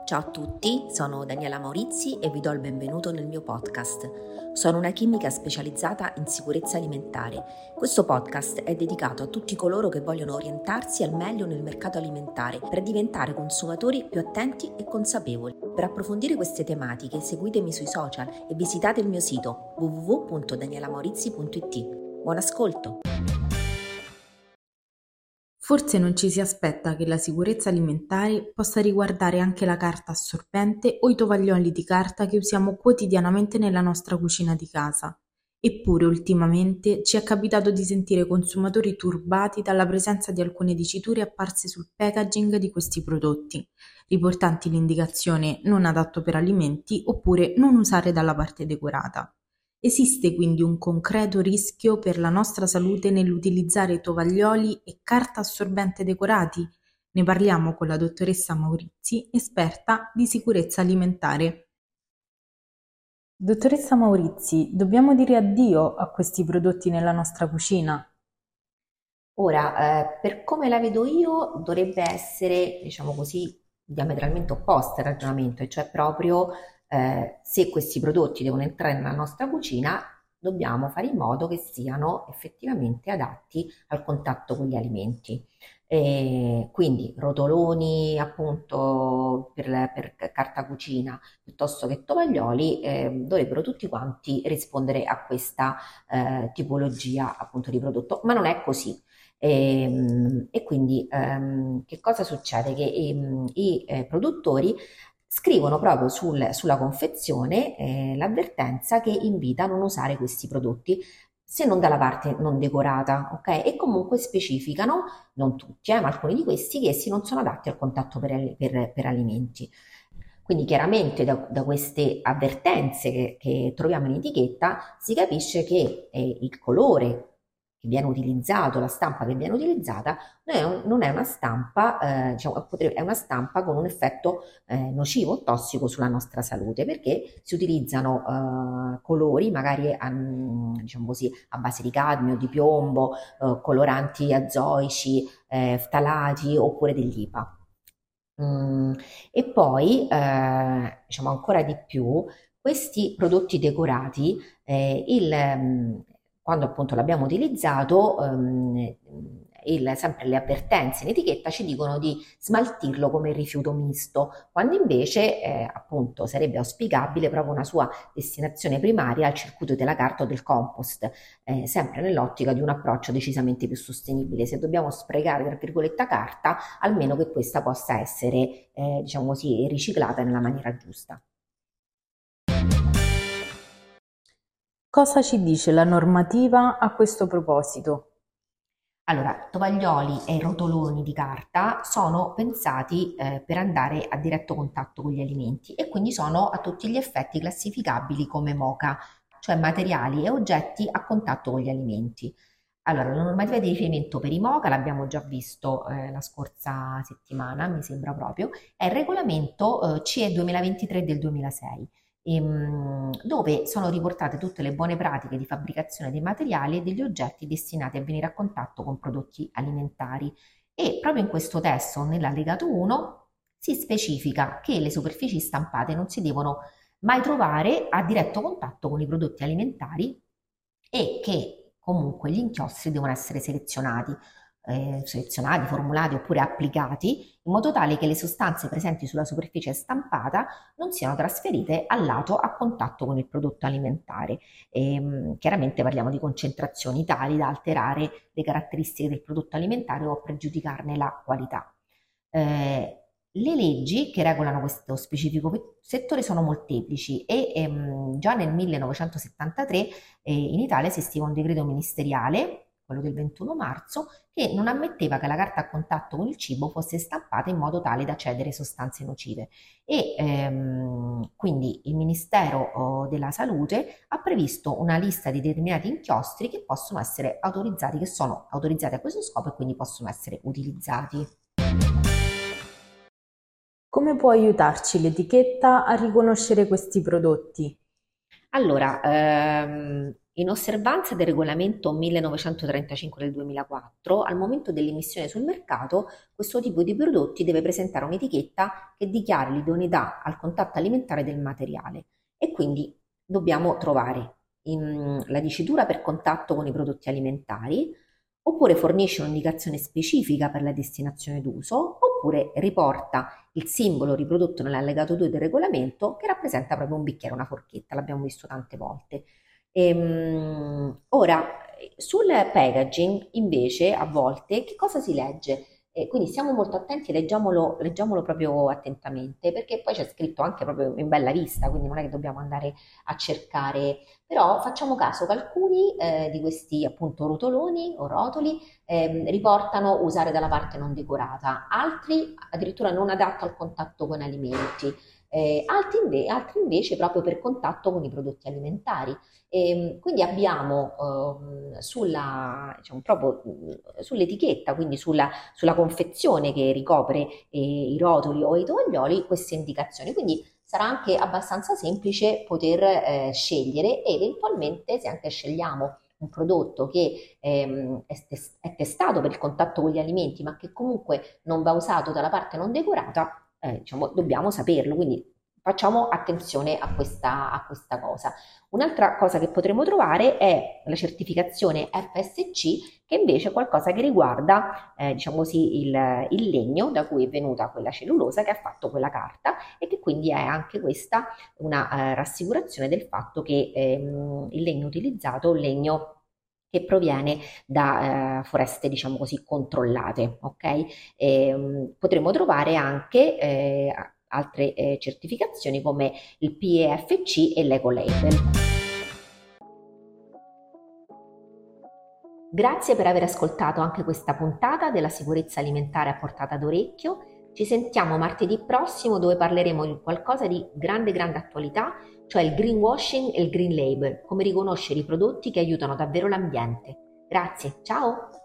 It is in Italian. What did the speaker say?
Ciao a tutti, sono Daniela Maurizi e vi do il benvenuto nel mio podcast. Sono una chimica specializzata in sicurezza alimentare. Questo podcast è dedicato a tutti coloro che vogliono orientarsi al meglio nel mercato alimentare per diventare consumatori più attenti e consapevoli. Per approfondire queste tematiche seguitemi sui social e visitate il mio sito www.danielamaurizi.it. Buon ascolto! Forse non ci si aspetta che la sicurezza alimentare possa riguardare anche la carta assorbente o i tovaglioli di carta che usiamo quotidianamente nella nostra cucina di casa. Eppure ultimamente ci è capitato di sentire consumatori turbati dalla presenza di alcune diciture apparse sul packaging di questi prodotti, riportanti l'indicazione non adatto per alimenti oppure non usare dalla parte decorata. Esiste quindi un concreto rischio per la nostra salute nell'utilizzare tovaglioli e carta assorbente decorati? Ne parliamo con la dottoressa Maurizi, esperta di sicurezza alimentare. Dottoressa Maurizi, dobbiamo dire addio a questi prodotti nella nostra cucina? Ora, per come la vedo io, dovrebbe essere, diciamo così, diametralmente opposta il ragionamento, e cioè proprio se questi prodotti devono entrare nella nostra cucina, dobbiamo fare in modo che siano effettivamente adatti al contatto con gli alimenti. Quindi rotoloni appunto per carta cucina piuttosto che tovaglioli dovrebbero tutti quanti rispondere a questa tipologia appunto di prodotto, ma non è così. E quindi che cosa succede? Che i produttori scrivono proprio sulla confezione l'avvertenza che invita a non usare questi prodotti se non dalla parte non decorata, ok? E comunque specificano, non tutti, ma alcuni di questi, che essi non sono adatti al contatto per alimenti. Quindi chiaramente da queste avvertenze che troviamo in etichetta si capisce che il colore che viene utilizzato, la stampa che viene utilizzata, non è una stampa, diciamo, è una stampa con un effetto nocivo o tossico sulla nostra salute, perché si utilizzano colori magari diciamo così, a base di cadmio, di piombo, coloranti azoici, ftalati oppure degli IPA. E poi, diciamo ancora di più, questi prodotti decorati, quando appunto l'abbiamo utilizzato, sempre le avvertenze in etichetta ci dicono di smaltirlo come rifiuto misto, quando invece appunto sarebbe auspicabile proprio una sua destinazione primaria al circuito della carta o del compost, sempre nell'ottica di un approccio decisamente più sostenibile. Se dobbiamo sprecare, tra virgolette, carta, almeno che questa possa essere, diciamo così, riciclata nella maniera giusta. Cosa ci dice la normativa a questo proposito? Allora, tovaglioli e rotoloni di carta sono pensati per andare a diretto contatto con gli alimenti e quindi sono a tutti gli effetti classificabili come MOCA, cioè materiali e oggetti a contatto con gli alimenti. Allora, la normativa di riferimento per i MOCA, l'abbiamo già visto la scorsa settimana, mi sembra proprio, è il regolamento CE 2023 del 2006, dove sono riportate tutte le buone pratiche di fabbricazione dei materiali e degli oggetti destinati a venire a contatto con prodotti alimentari. E proprio in questo testo, nell'allegato 1, si specifica che le superfici stampate non si devono mai trovare a diretto contatto con i prodotti alimentari e che comunque gli inchiostri devono essere selezionati, formulati oppure applicati in modo tale che le sostanze presenti sulla superficie stampata non siano trasferite al lato a contatto con il prodotto alimentare. Chiaramente parliamo di concentrazioni tali da alterare le caratteristiche del prodotto alimentare o pregiudicarne la qualità. Le leggi che regolano questo specifico settore sono molteplici e già nel 1973 in Italia esisteva un decreto ministeriale, quello del 21 marzo, che non ammetteva che la carta a contatto con il cibo fosse stampata in modo tale da cedere sostanze nocive e quindi il Ministero della Salute ha previsto una lista di determinati inchiostri che possono essere autorizzati, che sono autorizzati a questo scopo e quindi possono essere utilizzati. Come può aiutarci l'etichetta a riconoscere questi prodotti? Allora, in osservanza del regolamento 1935 del 2004, al momento dell'immissione sul mercato, questo tipo di prodotti deve presentare un'etichetta che dichiari l'idoneità al contatto alimentare del materiale e quindi dobbiamo trovare la dicitura per contatto con i prodotti alimentari, oppure fornisce un'indicazione specifica per la destinazione d'uso, oppure riporta il simbolo riprodotto nell'allegato 2 del regolamento che rappresenta proprio un bicchiere, una forchetta, l'abbiamo visto tante volte. Ora, sul packaging invece a volte che cosa si legge? Quindi stiamo molto attenti, leggiamolo proprio attentamente, perché poi c'è scritto anche proprio in bella vista, quindi non è che dobbiamo andare a cercare, però facciamo caso che alcuni di questi appunto rotoloni o rotoli riportano usare dalla parte non decorata, altri addirittura non adatto al contatto con alimenti, altri invece proprio per contatto con i prodotti alimentari. Quindi abbiamo diciamo, proprio sull'etichetta, quindi sulla confezione che ricopre i rotoli o i tovaglioli, queste indicazioni. Quindi sarà anche abbastanza semplice poter scegliere e eventualmente se anche scegliamo un prodotto che è testato per il contatto con gli alimenti, ma che comunque non va usato dalla parte non decorata, diciamo, dobbiamo saperlo, quindi facciamo attenzione a questa cosa. Un'altra cosa che potremo trovare è la certificazione FSC, che invece è qualcosa che riguarda, diciamo così, il legno da cui è venuta quella cellulosa che ha fatto quella carta e che quindi è anche questa una rassicurazione del fatto che il legno utilizzato è un legno che proviene da foreste, diciamo così, controllate, ok? Potremo trovare anche altre certificazioni come il PEFC e l'Ecolabel. Grazie per aver ascoltato anche questa puntata della sicurezza alimentare a portata d'orecchio. Ci sentiamo martedì prossimo dove parleremo di qualcosa di grande attualità, cioè il greenwashing e il green label, come riconoscere i prodotti che aiutano davvero l'ambiente. Grazie, ciao!